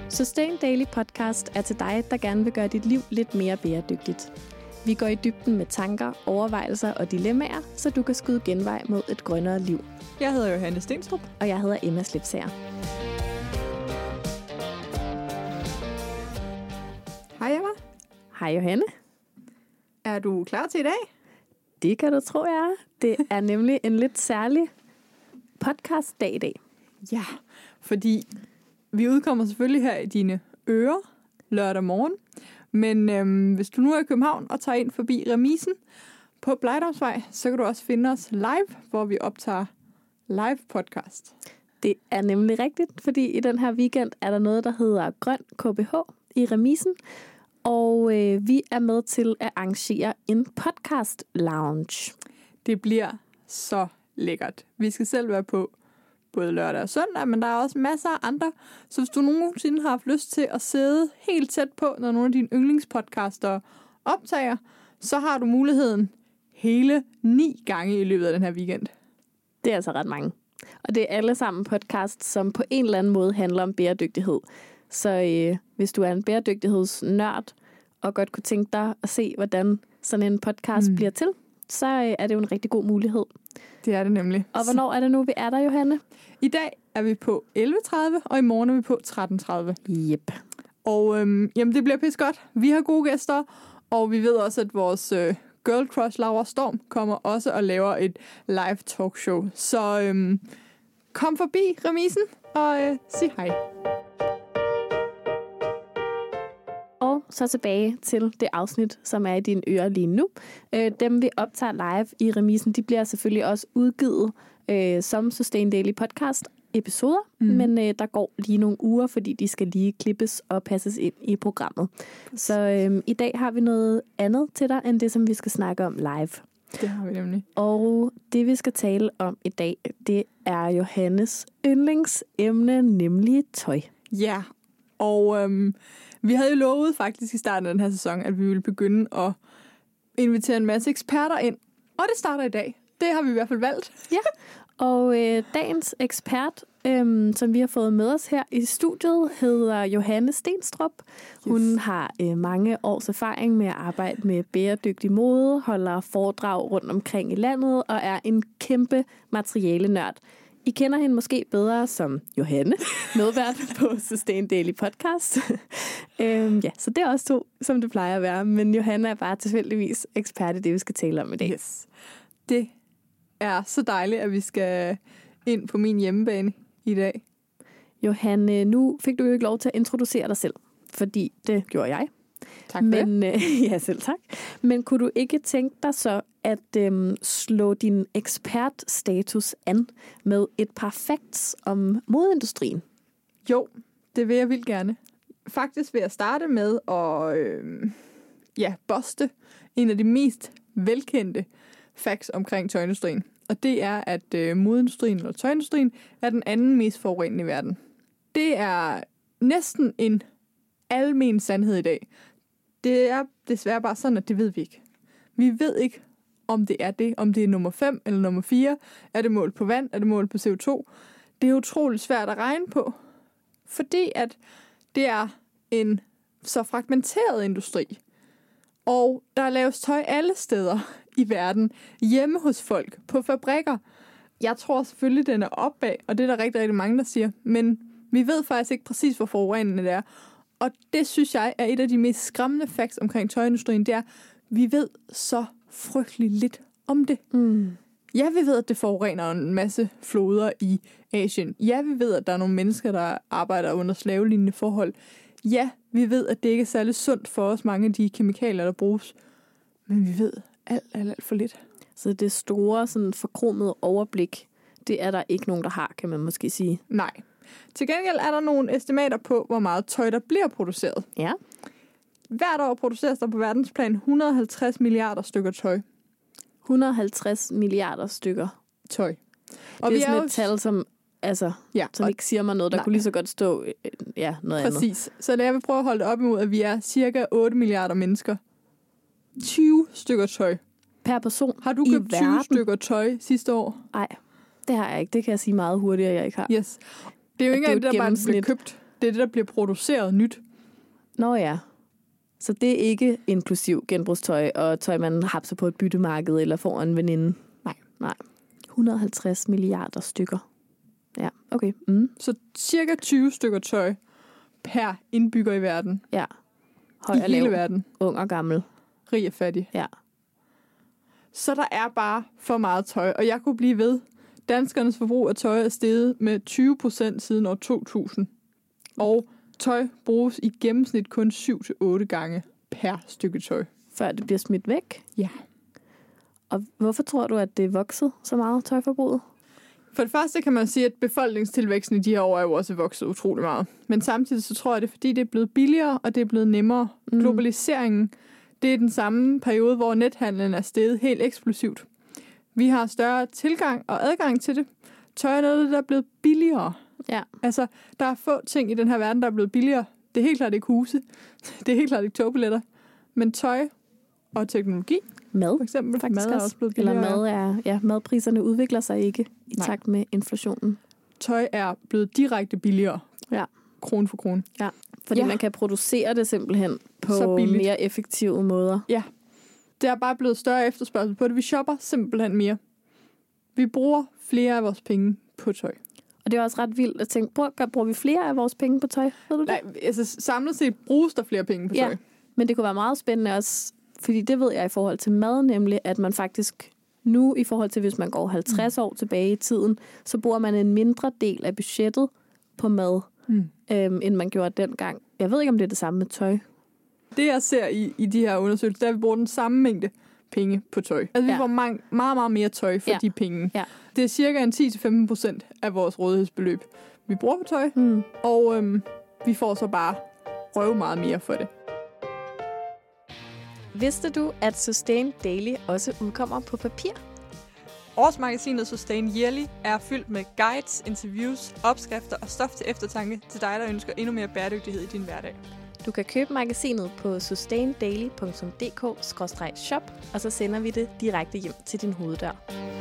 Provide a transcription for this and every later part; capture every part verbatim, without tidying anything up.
Sustain Daily Podcast er til dig, der gerne vil gøre dit liv lidt mere bæredygtigt. Vi går i dybden med tanker, overvejelser og dilemmaer, så du kan skyde genvej mod et grønnere liv. Jeg hedder Johanne Stenstrup. Og jeg hedder Emma Slipsager. Hej Emma. Hej Johanne. Er du klar til i dag? Det kan du tro, jeg er. Det er nemlig en lidt særlig podcastdag i dag. Ja, fordi vi udkommer selvfølgelig her i dine ører lørdag morgen. Men øhm, hvis du nu er i København og tager ind forbi Remisen på Blejdomsvej, så kan du også finde os live, hvor vi optager live podcast. Det er nemlig rigtigt, fordi i den her weekend er der noget, der hedder Grøn K B H i Remisen. Og øh, vi er med til at arrangere en podcast lounge. Det bliver så lækkert. Vi skal selv være på både lørdag og søndag, men der er også masser af andre. Så hvis du nogensinde har haft lyst til at sidde helt tæt på, når nogle af dine yndlingspodcaster optager, så har du muligheden hele ni gange i løbet af den her weekend. Det er altså ret mange. Og det er alle sammen podcasts, som på en eller anden måde handler om bæredygtighed. Så øh, hvis du er en bæredygtighedsnørd og godt kunne tænke dig at se, hvordan sådan en podcast mm. bliver til, så øh, er det jo en rigtig god mulighed. Det er det nemlig. Og hvornår er det nu, vi er der, Johanne? I dag er vi på elleve tredive, og i morgen er vi på tretten tredive. Yep. Og øhm, jamen, det bliver pis godt. Vi har gode gæster, og vi ved også, at vores øh, girl crush Laura Storm kommer også og laver et live talkshow. Så øhm, kom forbi Remisen og øh, sig hej. Og så tilbage til det afsnit, som er i dine ører lige nu. Øh, dem, vi optager live i Remisen, de bliver selvfølgelig også udgivet øh, som Sustain Daily Podcast episoder. Mm. Men øh, der går lige nogle uger, fordi de skal lige klippes og passes ind i programmet. Præcis. Så øh, i dag har vi noget andet til dig, end det, som vi skal snakke om live. Det har vi nemlig. Og det, vi skal tale om i dag, det er Johannes yndlingsemne, nemlig tøj. Ja, og øhm, vi havde jo lovet faktisk i starten af den her sæson, at vi ville begynde at invitere en masse eksperter ind. Og det starter i dag. Det har vi i hvert fald valgt. Ja, og øh, dagens ekspert, øh, som vi har fået med os her i studiet, hedder Johanne Stenstrup. Hun yes. har øh, mange års erfaring med at arbejde med bæredygtig mode, holder foredrag rundt omkring i landet og er en kæmpe materialenørd. I kender hende måske bedre som Johanne, medvært på Sustain Daily Podcast. øhm, ja, så det er også to, som det plejer at være. Men Johanne er bare tilfældigvis ekspert i det, vi skal tale om i dag. Yes. Det er så dejligt, at vi skal ind på min hjemmebane i dag. Johanne, nu fik du jo ikke lov til at introducere dig selv, fordi det gjorde jeg. Tak for Men, det. Øh, ja, selv tak. Men kunne du ikke tænke dig så at øhm, slå din ekspertstatus an med et par facts om modeindustrien? Jo, det vil jeg vildt gerne. Faktisk vil jeg starte med at øh, ja, buste en af de mest velkendte facts omkring tøjindustrien. Og det er, at øh, modeindustrien eller tøjindustrien er den anden mest forurenende i verden. Det er næsten en almen sandhed i dag. Det er desværre bare sådan, at det ved vi ikke. Vi ved ikke, om det er det, om det er nummer fem eller nummer fire. Er det målt på vand? Er det målt på C O to? Det er utroligt svært at regne på, fordi at det er en så fragmenteret industri. Og der laves tøj alle steder i verden, hjemme hos folk, på fabrikker. Jeg tror selvfølgelig, den er opad, og det er der rigtig, rigtig mange, der siger. Men vi ved faktisk ikke præcis, hvor forurenende det er. Og det synes jeg er et af de mest skræmmende facts omkring tøjindustrien. Det er, vi ved så frygtelig lidt om det. Mm. Ja, vi ved, at det forurener en masse floder i Asien. Ja, vi ved, at der er nogle mennesker, der arbejder under slavelignende forhold. Ja, vi ved, at det ikke er særlig sundt for os, mange af de kemikalier, der bruges. Men vi ved alt, alt, alt for lidt. Så det store, sådan forkromede overblik, det er der ikke nogen, der har, kan man måske sige. Nej. Til gengæld er der nogle estimater på, hvor meget tøj, der bliver produceret. Ja. Hvert år produceres der på verdensplan et hundrede og halvtreds milliarder stykker tøj. et hundrede og halvtreds milliarder stykker tøj. Og det er sådan er et jo... tal, som, altså, ja, som og... ikke siger mig noget. Der nej. Kunne lige så godt stå ja, noget Præcis. andet. Præcis. Så jeg vil prøve at holde det op imod, at vi er cirka otte milliarder mennesker. tyve stykker tøj. Per person har du købt tyve verden? Stykker tøj sidste år? Nej, det har jeg ikke. Det kan jeg sige meget hurtigere, jeg ikke har. Yes. Det er jo ikke engang det, der bare bliver købt. Det er det, der bliver produceret nyt. Nå ja. Så det er ikke inklusiv genbrugstøj og tøj, man hapser på et byttemarked eller får en veninde? Nej. Nej. et hundrede og halvtreds milliarder stykker. Ja, okay. Mm. Så cirka tyve stykker tøj per indbygger i verden. Ja. Høj I og hele lav, verden. ung og gammel. Rig og fattig. Ja. Så der er bare for meget tøj, og jeg kunne blive ved. Danskernes forbrug af tøj er steget med tyve procent siden år to tusind. Og tøj bruges i gennemsnit kun syv til otte gange per stykke tøj. Før det bliver smidt væk? Ja. Og hvorfor tror du, at det er vokset så meget, tøjforbruget? For det første kan man sige, at befolkningstilvæksten i de her år er jo også vokset utrolig meget. Men samtidig så tror jeg, det er fordi, det er blevet billigere, og det er blevet nemmere. Mm. Globaliseringen, det er den samme periode, hvor nethandlen er steget helt eksplosivt. Vi har større tilgang og adgang til det. Tøj er noget, der er blevet billigere. Ja. Altså, der er få ting i den her verden, der er blevet billigere. Det er helt klart ikke huse. Det er helt klart ikke togbilletter. Men tøj og teknologi, Mad, for eksempel. faktisk Mad er også. også blevet billigere. Eller mad er, ja, madpriserne udvikler sig ikke i Nej. takt med inflationen. Tøj er blevet direkte billigere. Ja. Krone for krone. Ja, fordi Ja. man kan producere det simpelthen på Så billigt. mere effektive måder. Ja. Det er bare blevet større efterspørgsel på det. Vi shopper simpelthen mere. Vi bruger flere af vores penge på tøj. Og det er også ret vildt at tænke, bruger, bruger vi flere af vores penge på tøj? Ved du det? Nej, altså samlet set bruges der flere penge på tøj. Ja, men det kunne være meget spændende også, fordi det ved jeg i forhold til mad, nemlig at man faktisk nu, i forhold til hvis man går halvtreds mm. år tilbage i tiden, så bruger man en mindre del af budgettet på mad, Mm. øhm, end man gjorde dengang. Jeg ved ikke, om det er det samme med tøj. Det jeg ser i, i de her undersøgelser, det er, at vi bruger den samme mængde penge på tøj. Altså vi Ja. får mange, meget, meget mere tøj for Ja. de penge. Ja. Det er cirka en ti til femten procent af vores rådighedsbeløb, vi bruger på tøj, Mm. og øhm, vi får så bare røve meget mere for det. Vidste du, at Sustain Daily også udkommer på papir? Årsmagasinet Sustain Yearly er fyldt med guides, interviews, opskrifter og stof til eftertanke til dig, der ønsker endnu mere bæredygtighed i din hverdag. Du kan købe magasinet på sustaindaily punktum d k skråstreg shop, og så sender vi det direkte hjem til din hoveddør.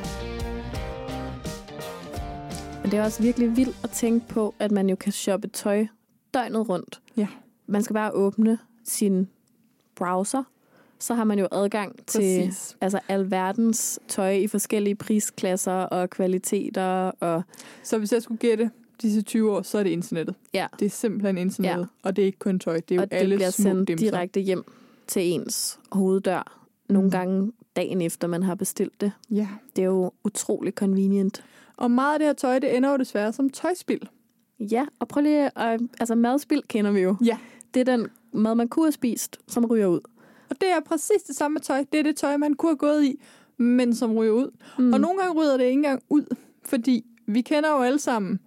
Men det er også virkelig vildt at tænke på, at man jo kan shoppe tøj døgnet rundt. Ja. Man skal bare åbne sin browser, så har man jo adgang Præcis. til altså alverdens tøj i forskellige prisklasser og kvaliteter. Og Så hvis jeg skulle gætte disse tyve år, så er det internettet. ja, Det er simpelthen internettet, Ja. og det er ikke kun tøj, det er jo og det alle bliver små sendt dimser. direkte hjem til ens hoveddør. Nogle Mm. gange dagen efter, man har bestilt det. Ja. Det er jo utrolig convenient. Og meget af det her tøj, det ender jo desværre som tøjspild. Ja, og prøv lige at... Altså madspild kender vi jo. Ja. Det er den mad, man kunne have spist, som ryger ud. Og det er præcis det samme tøj. Det er det tøj, man kunne have gået i, men som ryger ud. Mm. Mm. Og nogle gange ryger det ikke engang ud, fordi vi kender jo alle sammen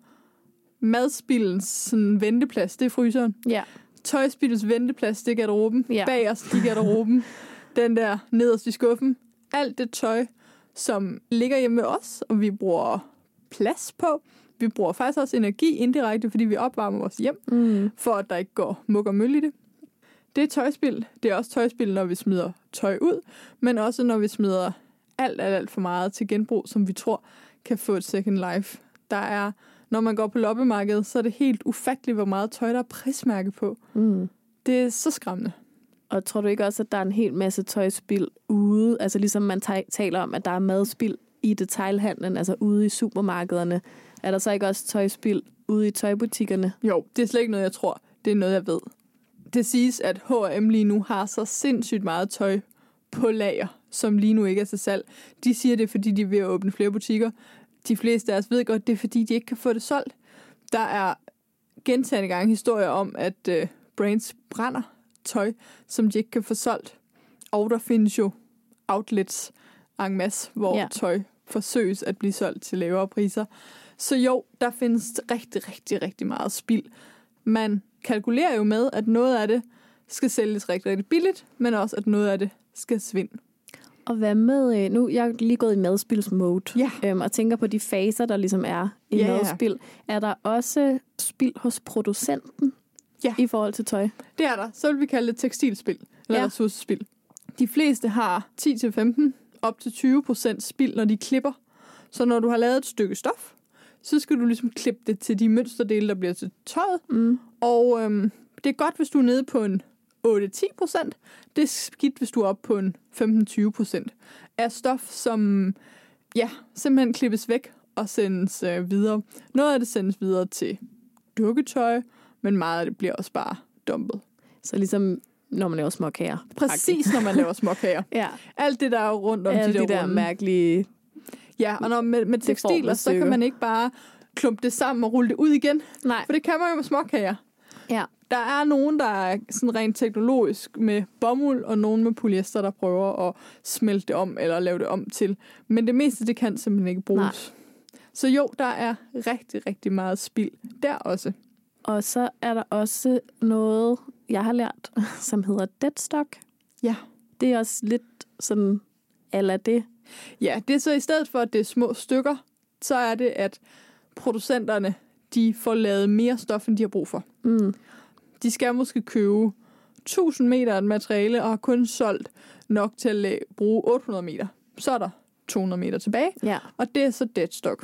madspildens sådan, venteplads, det er fryseren. Ja. Tøjspildets venteplads, det er garderoben. Ja. Bagerst i garderoben. Den der nederst i skuffen. Alt det tøj, som ligger hjemme med os, og vi bruger plads på. Vi bruger faktisk også energi indirekte, fordi vi opvarmer vores hjem, Mm. for at der ikke går mug og møl i det. Det er tøjspild. Det er også tøjspild, når vi smider tøj ud, men også når vi smider alt, alt, alt for meget til genbrug, som vi tror kan få et second life. Der er, når man går på loppemarkedet, så er det helt ufatteligt, hvor meget tøj, der er prismærke på. Mm. Det er så skræmmende. Og tror du ikke også, at der er en hel masse tøjspild ude? Altså ligesom man ta- taler om, at der er madspild i detailhandlen, altså ude i supermarkederne. Er der så ikke også tøjspild ude i tøjbutikkerne? Jo, det er slet ikke noget, jeg tror. Det er noget, jeg ved. Det siges, at H og M lige nu har så sindssygt meget tøj på lager, som lige nu ikke er til salg. De siger det, fordi de er ved at åbne flere butikker. De fleste af os ved godt, det er fordi, de ikke kan få det solgt. Der er gentagne gange historier om, at øh, brands brænder tøj, som de ikke kan få solgt. Og der findes jo outlets en masse, hvor Ja. ja. tøj forsøges at blive solgt til lavere priser. Så jo, der findes rigtig, rigtig, rigtig meget spild. Man kalkulerer jo med, at noget af det skal sælges rigtig, rigtig billigt, men også, at noget af det skal svinde. Og hvad med, øh, nu jeg er lige gået i madspildsmode, Ja. øhm, og tænker på de faser, der ligesom er i Ja, ja. madspild. Er der også spild hos producenten Ja. i forhold til tøj? Det er der. Så vil vi kalde det tekstilspild, eller Ja. ja. ressourcespild. De fleste har ti til femten, op til tyve procent spild, når de klipper. Så når du har lavet et stykke stof, så skal du ligesom klippe det til de mønsterdele, der bliver til tøjet. Mm. Og øhm, det er godt, hvis du er nede på en otte til ti procent. Det er skidt, hvis du er oppe på en femten til tyve procent af stof, som ja, simpelthen klippes væk og sendes øh, videre. Noget af det sendes videre til dukketøj, men meget af det bliver også bare dumpet. Så ligesom når man laver småkager. Præcis, når man laver småkager. Ja. Alt det, der er rundt om Alle de der, de der runde. mærkelige... Ja, og når med, med tekstiler, så kan man ikke bare klumpe det sammen og rulle det ud igen. Nej. For det kan man jo med småkager. Ja. Der er nogen, der er sådan rent teknologisk med bomuld, og nogen med polyester, der prøver at smelte det om, eller lave det om til. Men det meste, det kan simpelthen ikke bruges. Nej. Så jo, der er rigtig, rigtig meget spild der også. Og så er der også noget, jeg har lært, som hedder deadstock. Ja. Det er også lidt sådan, eller det. Ja, det er så i stedet for, at det er små stykker, så er det, at producenterne, de får lavet mere stof, end de har brug for. Mm. De skal måske købe tusind meter af materiale, og har kun solgt nok til at bruge otte hundrede meter. Så er der to hundrede meter tilbage, Ja. og det er så deadstock.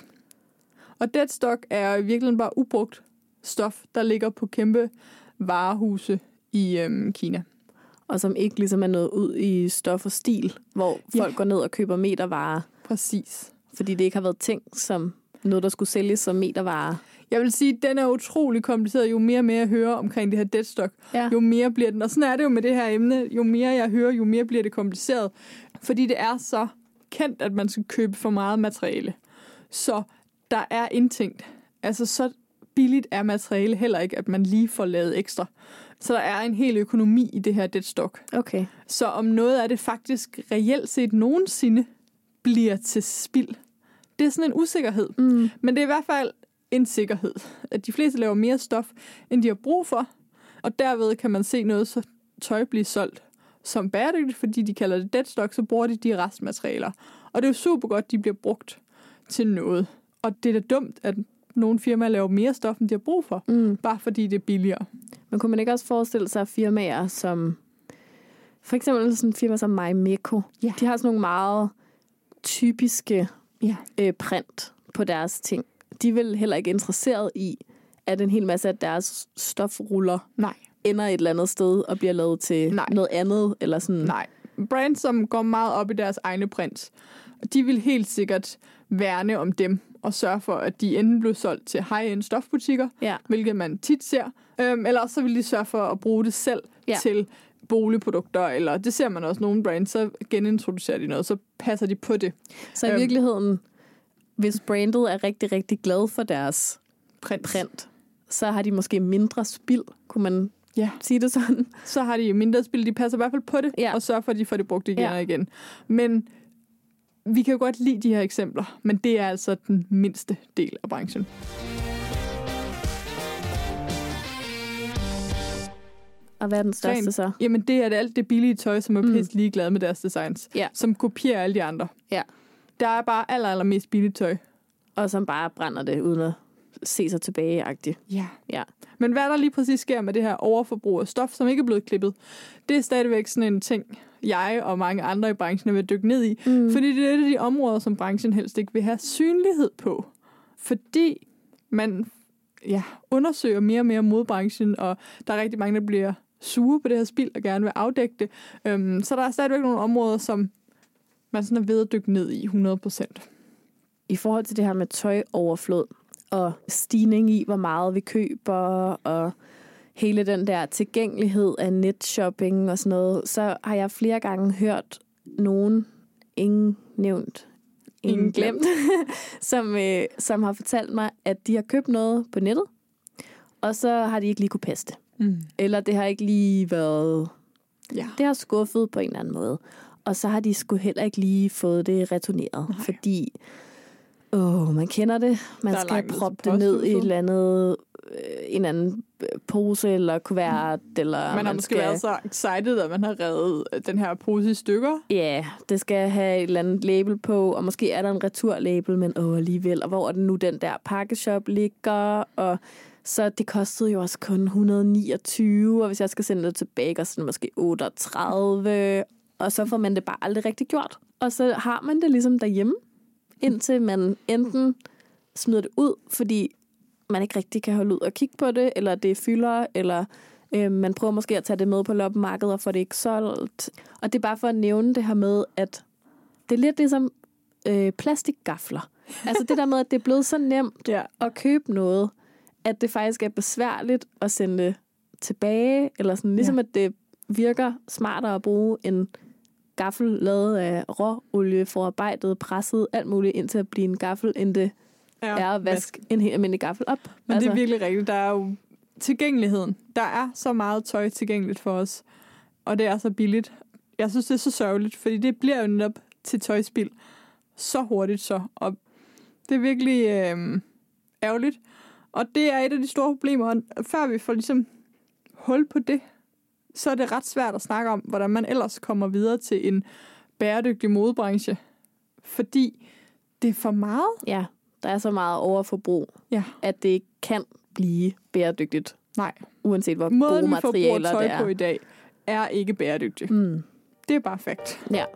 Og deadstock er i virkeligheden bare ubrugt stof, der ligger på kæmpe varehuse i øhm, Kina. Og som ikke ligesom er noget ud i stof og stil, hvor Ja. folk går ned og køber metervarer, Præcis. fordi det ikke har været tænkt som noget, der skulle sælges som metervarer. Jeg vil sige, at den er utrolig kompliceret. Jo mere og mere jeg hører omkring det her deadstock, Ja. jo mere bliver den. Og sådan er det jo med det her emne. Jo mere jeg hører, jo mere bliver det kompliceret. Fordi det er så kendt, at man skal købe for meget materiale. Så der er indtænkt. Altså så billigt er materiale heller ikke, at man lige får lavet ekstra. Så der er en hel økonomi i det her deadstock. Okay. Så om noget af det faktisk reelt set nogensinde bliver til spild, det er sådan en usikkerhed. Mm. Men det er i hvert fald en sikkerhed, at de fleste laver mere stof, end de har brug for, og derved kan man se noget så tøj blive solgt som bæredygtigt, fordi de kalder det deadstock, så bruger de de restmaterialer. Og det er jo super godt, de bliver brugt til noget. Og det er da dumt, at nogle firmaer laver mere stof, end de har brug for, Mm. bare fordi det er billigere. Men kunne man ikke også forestille sig firmaer som, for eksempel sådan en firma som Marimekko, Ja. de har sådan nogle meget typiske Ja. øh, print på deres ting. De er vel heller ikke interesseret i, at en hel masse af deres stofruller Nej. ender et eller andet sted og bliver lavet til Nej. noget andet. Eller sådan. Nej. Brands, som går meget op i deres egne prints, de vil helt sikkert værne om dem og sørge for, at de enten bliver solgt til high-end stofbutikker, Ja. hvilket man tit ser, øhm, eller også så vil de sørge for at bruge det selv Ja. til boligprodukter, eller det ser man også nogle brands, så genintroducerer de noget, så passer de på det. Så i Øhm. virkeligheden, hvis brandet er rigtig, rigtig glad for deres Print. print, så har de måske mindre spild, kunne man Ja. sige det sådan. Så har de mindre spil, de passer i hvert fald på det, Ja. og sørger for, at de får det brugt igen Ja. og igen. Men vi kan jo godt lide de her eksempler, men det er altså den mindste del af branchen. Og hvad er den største Rent. så? Jamen det er det alt det billige tøj, som er Mm. pisse ligeglade med deres designs. Ja. Som kopierer alle de andre. Ja. Der er bare aller, aller mest billigt tøj. Og som bare brænder det, uden at se sig tilbage-agtigt. Ja. Ja. Men hvad der lige præcis sker med det her overforbrug af stof, som ikke er blevet klippet, det er stadigvæk sådan en ting, jeg og mange andre i branchen vil dykke ned i. Mm. Fordi det er et af de områder, som branchen helst ikke vil have synlighed på. Fordi man ja, undersøger mere og mere modbranchen, og der er rigtig mange, der bliver sure på det her spild og gerne vil afdække det. Øhm, så der er stadigvæk nogle områder, som man sådan er ved at dykke ned i hundrede procent. I forhold til det her med tøjoverflod og stigning i, hvor meget vi køber, og hele den der tilgængelighed af netshopping og sådan noget, så har jeg flere gange hørt nogen, ingen nævnt, ingen, Ingen glemt, som, øh, som har fortalt mig, at de har købt noget på nettet, og så har de ikke lige kunne passe det. Mm. Eller det har ikke lige været... Ja. Det har skuffet på en eller anden måde. Og så har de sgu heller ikke lige fået det returneret. Nej. Fordi, åh, man kender det. Man Der er skal langt ned proppe til det ned i et posthuset. eller andet, øh, en eller anden pose eller kuvert. Eller Man har man måske skal, været så excited, at man har revet den her pose i stykker. Ja, det skal have et eller andet label på, og måske er der en returlabel, men åh, alligevel. Og hvor er den nu, den der pakkeshop ligger, og så det kostede jo også kun et hundrede og niogtyve, og hvis jeg skal sende det tilbage, koster det måske otteogtredive, og så får man det bare aldrig rigtig gjort. Og så har man det ligesom derhjemme, indtil man enten smider det ud, fordi man ikke rigtig kan holde ud og kigge på det, eller det fylder, eller øh, man prøver måske at tage det med på loppemarkedet og få det ikke solgt. Og det er bare for at nævne det her med, at det er lidt ligesom øh, plastikgafler. Altså det der med, at det er blevet så nemt Ja. at købe noget, at det faktisk er besværligt at sende det tilbage, eller sådan, ligesom Ja. at det virker smartere at bruge en gaffel lavet af råolie, forarbejdet, presset, alt muligt, indtil at blive en gaffel, end det Ja, er at vaske en helt almindelig gaffel op. Men altså. Det er virkelig rigtigt. Der er jo tilgængeligheden. Der er så meget tøj tilgængeligt for os, og det er så billigt. Jeg synes, det er så sørgeligt, fordi det bliver jo netop til tøjspil så hurtigt så, og det er virkelig øh, ærgerligt. Og det er et af de store problemer, og før vi får ligesom hul på det, så er det ret svært at snakke om, hvordan man ellers kommer videre til en bæredygtig modebranche, fordi det er for meget. Ja, der er så meget overforbrug, Ja. at det ikke kan blive bæredygtigt. Nej. Uanset hvor Måden, gode vi forbruger materialer tøj det er. på i dag, er ikke bæredygtig. Mm. Det er bare fakt. Ja.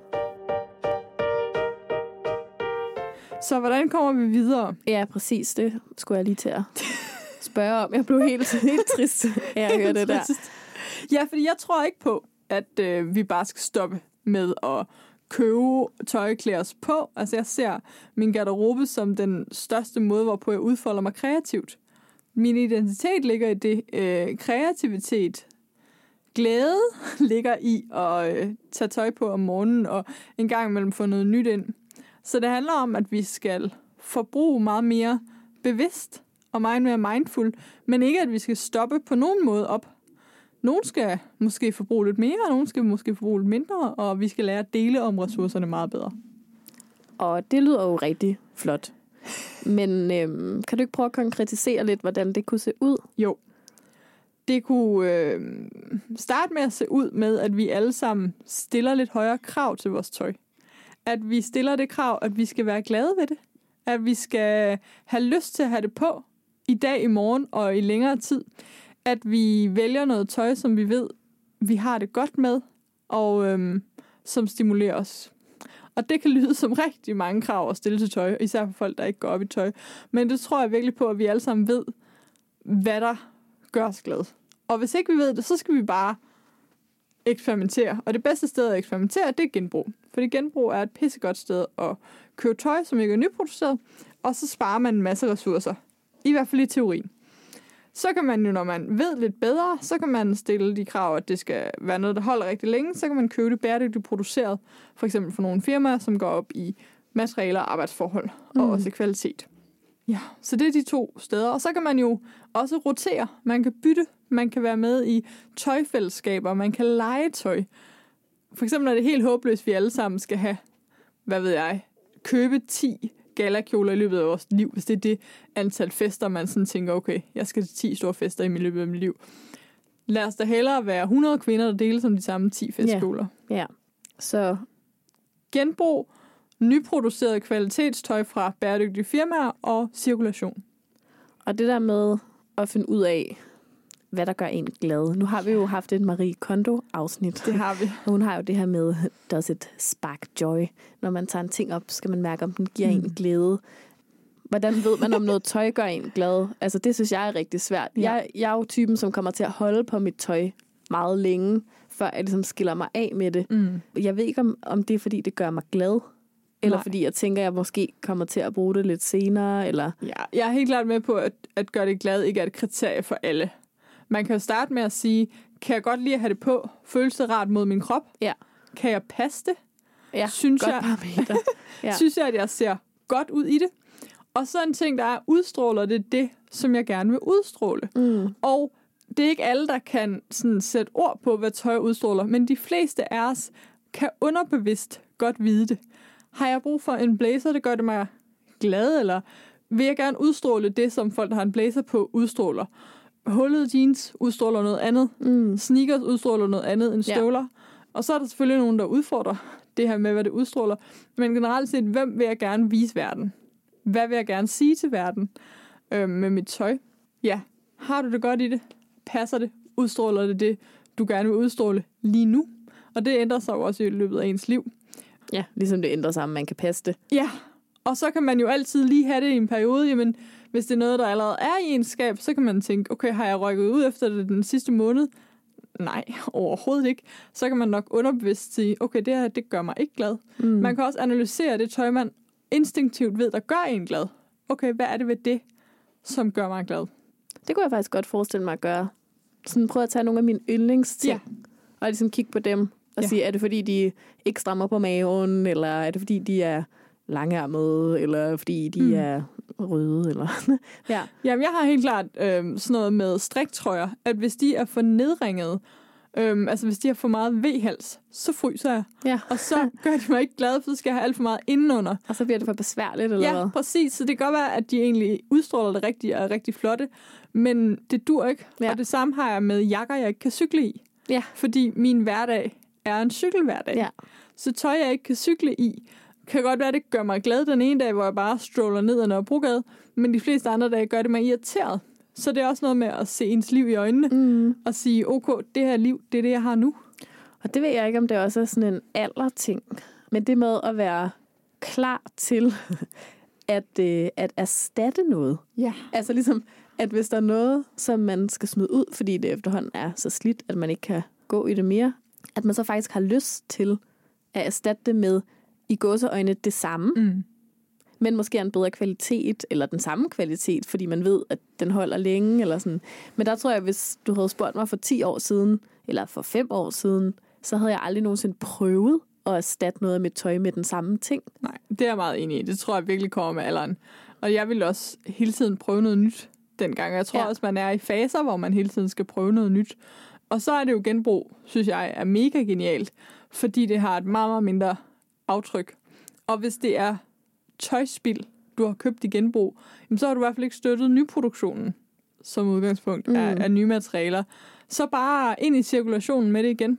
Så hvordan kommer vi videre? ja, præcis. Det skulle jeg lige til at spørge om. Jeg blev helt, helt trist af at høre det der. Ja, fordi jeg tror ikke på, at øh, vi bare skal stoppe med at købe tøj, klæde os på. Altså jeg ser min garderobe som den største måde, hvorpå jeg udfolder mig kreativt. Min identitet ligger i det. Øh, kreativitet, glæde ligger i at øh, tage tøj på om morgenen og en gang imellem få noget nyt ind. Så det handler om, at vi skal forbruge meget mere bevidst og meget mere mindful, men ikke, at vi skal stoppe på nogen måde op. Nogen skal måske forbruge lidt mere, og nogen skal måske forbruge lidt mindre, og vi skal lære at dele om ressourcerne meget bedre. Og det lyder jo rigtig flot. Men øhm, kan du ikke prøve at konkretisere lidt, hvordan det kunne se ud? Jo. Det kunne øh, starte med at se ud med, at vi alle sammen stiller lidt højere krav til vores tøj. At vi stiller det krav, at vi skal være glade ved det. At vi skal have lyst til at have det på i dag, i morgen og i længere tid. At vi vælger noget tøj, som vi ved, vi har det godt med, og øhm, som stimulerer os. Og det kan lyde som rigtig mange krav at stille til tøj, især for folk, der ikke går op i tøj. Men det tror jeg virkelig på, at vi alle sammen ved, hvad der gør os glade. Og hvis ikke vi ved det, så skal vi bare eksperimentere. Og det bedste sted at eksperimentere, det er genbrug. Fordi genbrug er et pissegodt sted at købe tøj, som ikke er nyproduceret, og så sparer man en masse ressourcer. I hvert fald i teorien. Så kan man jo, når man ved lidt bedre, så kan man stille de krav, at det skal være noget, der holder rigtig længe. Så kan man købe det bæredygtigt produceret, for eksempel for nogle firmaer, som går op i materialer og arbejdsforhold, og mm. også kvalitet. Ja, så det er de to steder. Og så kan man jo også rotere. Man kan bytte. Man kan være med i tøjfællesskaber. Man kan lege tøj. For eksempel er det helt håbløst, at vi alle sammen skal have, hvad ved jeg, købe ti galakjoler i løbet af vores liv, hvis det er det antal fester, man sådan tænker, okay, jeg skal til ti store fester i løbet af mit liv. Lad os da hellere være hundrede kvinder, der deler som de samme ti festkjoler. Ja. ja. Så genbrug, nyproduceret kvalitetstøj fra bæredygtige firmaer og cirkulation. Og det der med at finde ud af, hvad der gør en glad. Nu har vi jo haft et Marie Kondo-afsnit. Det har vi. Og hun har jo det her med, does it spark joy? Når man tager en ting op, skal man mærke, om den giver mm. en glæde. Hvordan ved man, om noget tøj gør en glad? Altså, det synes jeg er rigtig svært. Ja. Jeg, jeg er jo typen, som kommer til at holde på mit tøj meget længe, før jeg ligesom skiller mig af med det. Mm. Jeg ved ikke, om, om det er, fordi det gør mig glad. Eller Nej. Fordi jeg tænker, at jeg måske kommer til at bruge det lidt senere. Eller... Ja, jeg er helt klart med på, at, at gøre det glad ikke er et kriterie for alle. Man kan jo starte med at sige, kan jeg godt lide at have det på? Føles det rart mod min krop? Ja. Kan jeg passe det? Ja, synes godt jeg, parameter. Ja. Synes jeg, at jeg ser godt ud i det? Og så en ting, der er, udstråler det det, som jeg gerne vil udstråle. Mm. Og det er ikke alle, der kan sådan sætte ord på, hvad tøj udstråler, men de fleste af os kan underbevidst godt vide det. Har jeg brug for en blazer, det gør det mig glad, eller vil jeg gerne udstråle det, som folk, der har en blazer på, udstråler? Hullede jeans udstråler noget andet. Mm. Sneakers udstråler noget andet end støvler. Ja. Og så er der selvfølgelig nogen, der udfordrer det her med, hvad det udstråler. Men generelt set, hvem vil jeg gerne vise verden? Hvad vil jeg gerne sige til verden øh, med mit tøj? Ja, har du det godt i det? Passer det? Udstråler det det, du gerne vil udstråle lige nu? Og det ændrer sig jo også i løbet af ens liv. Ja, ligesom det ændrer sig, om man kan passe det. Ja, Og så kan man jo altid lige have det i en periode. Jamen, hvis det er noget, der allerede er i ens skab, så kan man tænke, okay, har jeg rykket ud efter det den sidste måned? Nej, overhovedet ikke. Så kan man nok underbevidst sige, okay, det her, det gør mig ikke glad. Mm. Man kan også analysere det tøj, man instinktivt ved, der gør en glad. Okay, hvad er det ved det, som gør mig glad? Det kunne jeg faktisk godt forestille mig at gøre. Sådan prøve at tage nogle af mine yndlingsting, ja. og ligesom kigge på dem, og ja. sige, er det fordi, de ikke strammer på maven, eller er det fordi, de er langærmede, eller fordi de mm. er røde, eller... ja. Jamen, jeg har helt klart øh, sådan noget med striktrøjer, at hvis de er for nedringede, øh, altså hvis de har for meget V-hals, så fryser jeg. Ja. Og så gør de mig ikke glad, for så skal jeg have alt for meget indenunder. Og så bliver det for besværligt, eller ja, hvad? Ja, præcis. Så det kan godt være, at de egentlig udstråler det rigtige og er rigtig flotte, men det dur ikke. Ja. Og det samme har jeg med jakker, jeg ikke kan cykle i. Ja. Fordi min hverdag er en cykelhverdag. Ja. Så tøj, jeg ikke kan cykle i, kan godt være, at det gør mig glad den ene dag, hvor jeg bare stroller ned ad Nørrebrogade, men de fleste andre dage gør det mig irriteret. Så det er også noget med at se ens liv i øjnene, mm. og sige, okay, det her liv, det er det, jeg har nu. Og det ved jeg ikke, om det også er sådan en alderting, men det med at være klar til at, øh, at erstatte noget. Ja. Altså ligesom, at hvis der er noget, som man skal smide ud, fordi det efterhånden er så slidt, at man ikke kan gå i det mere, at man så faktisk har lyst til at erstatte det med i gåseøjne det samme, mm. men måske en bedre kvalitet, eller den samme kvalitet, fordi man ved, at den holder længe, eller sådan. Men der tror jeg, hvis du havde spurgt mig for ti år siden, eller for fem år siden, så havde jeg aldrig nogensinde prøvet at erstatte noget af mit tøj med den samme ting. Nej, det er jeg meget enig i. Det tror jeg virkelig kommer med alderen. Og jeg vil også hele tiden prøve noget nyt dengang. Jeg tror ja. også, man er i faser, hvor man hele tiden skal prøve noget nyt. Og så er det jo genbrug, synes jeg, er mega genialt, fordi det har et meget, meget mindre aftryk. Og hvis det er tøjspild, du har købt i genbrug, så har du i hvert fald ikke støttet nyproduktionen som udgangspunkt mm. af, af nye materialer. Så bare ind i cirkulationen med det igen.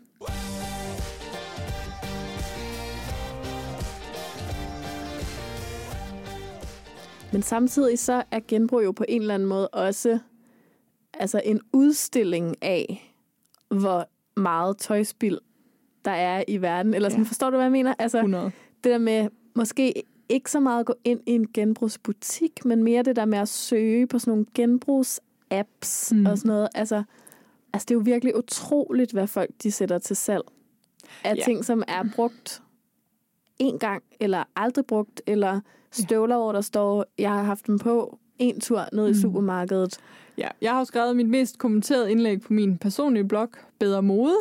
Men samtidig så er genbrug jo på en eller anden måde også altså en udstilling af, hvor meget tøjspild der er i verden. Eller sådan, ja. Forstår du, hvad jeg mener? Altså, hundrede det der med måske ikke så meget at gå ind i en genbrugsbutik, men mere det der med at søge på sådan nogle genbrugsapps mm. og sådan noget. Altså, altså, det er jo virkelig utroligt, hvad folk de sætter til salg af ja. ting, som er brugt en gang, eller aldrig brugt, eller støvler, hvor der står, jeg har haft dem på en tur ned i mm. supermarkedet. Ja, jeg har skrevet mit mest kommenterede indlæg på min personlige blog, Bedre Mode,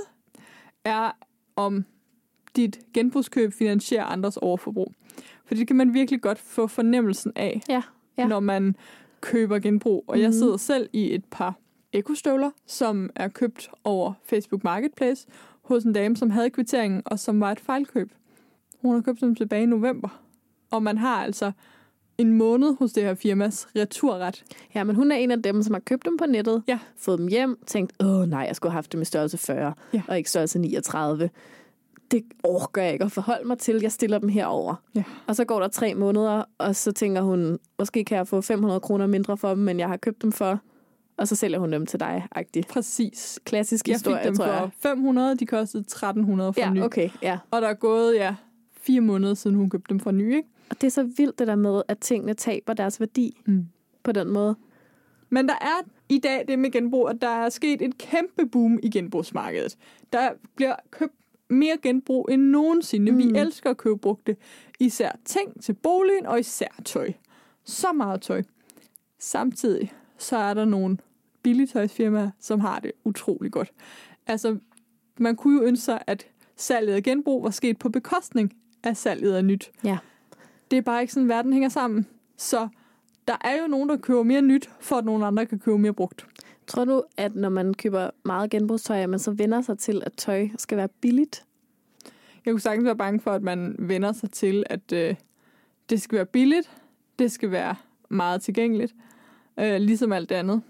er om dit genbrugskøb finansierer andres overforbrug. For det kan man virkelig godt få fornemmelsen af, ja, ja. når man køber genbrug. Og mm. jeg sidder selv i et par ekostøvler, som er købt over Facebook Marketplace hos en dame, som havde kvitteringen, og som var et fejlkøb. Hun har købt dem tilbage i november. Og man har altså en måned hos det her firmas returret. Ja, men hun er en af dem, som har købt dem på nettet, ja. fået dem hjem, tænkt, åh nej, jeg skulle have haft dem i størrelse fyrre, ja. og ikke størrelse niogtredive. Det orker jeg ikke at forholde mig til, jeg stiller dem herover. Ja. Og så går der tre måneder, og så tænker hun, måske kan jeg få fem hundrede kroner mindre for dem, men jeg har købt dem for, og så sælger hun dem til dig, agtigt. Præcis. Klassisk historie, jeg fik dem tror jeg. for fem hundrede, de kostede tretten hundrede for ja, ny. Okay, ja. Og der er gået, ja, fire måneder siden hun købte dem for ny, ikke? Og det er så vildt det der med, at tingene taber deres værdi mm. på den måde. Men der er i dag det med genbrug, at der er sket et kæmpe boom i genbrugsmarkedet. Der bliver købt mere genbrug end nogensinde. Mm. Vi elsker at købe brugte. Især ting til boligen og især tøj. Så meget tøj. Samtidig så er der nogle billigtøjsfirmaer, som har det utrolig godt. Altså, man kunne jo ønske sig, at salget af genbrug var sket på bekostning af salget af nyt. Ja. Det er bare ikke sådan, verden hænger sammen. Så der er jo nogen, der køber mere nyt, for at nogle andre kan købe mere brugt. Tror du, at når man køber meget genbrugstøj, at man så vender sig til, at tøj skal være billigt? Jeg kunne sagtens være bange for, at man vender sig til, at øh, det skal være billigt, det skal være meget tilgængeligt, øh, ligesom alt det andet.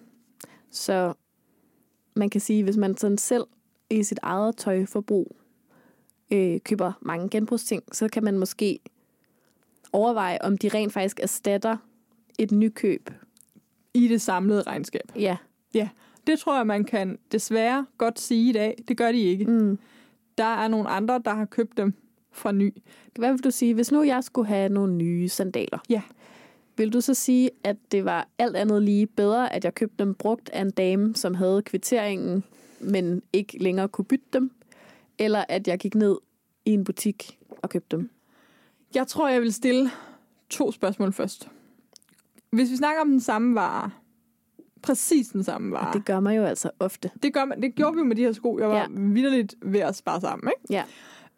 Så man kan sige, hvis man sådan selv i sit eget tøjforbrug øh, køber mange genbrugsting, så kan man måske overveje, om de rent faktisk erstatter et nykøb. I det samlede regnskab. Ja. Ja, det tror jeg, man kan desværre godt sige i dag. Det gør de ikke. Mm. Der er nogle andre, der har købt dem fra ny. Hvad vil du sige, hvis nu jeg skulle have nogle nye sandaler? Ja. Vil du så sige, at det var alt andet lige bedre, at jeg købte dem brugt af en dame, som havde kvitteringen, men ikke længere kunne bytte dem? Eller at jeg gik ned i en butik og købte dem? Jeg tror, jeg vil stille to spørgsmål først. Hvis vi snakker om den samme vare, præcis den samme vare. Og det gør man jo altså ofte. Det, gør man, det gjorde vi jo med de her sko. Jeg var ja. vitterligt ved at spare sammen, ikke? Ja.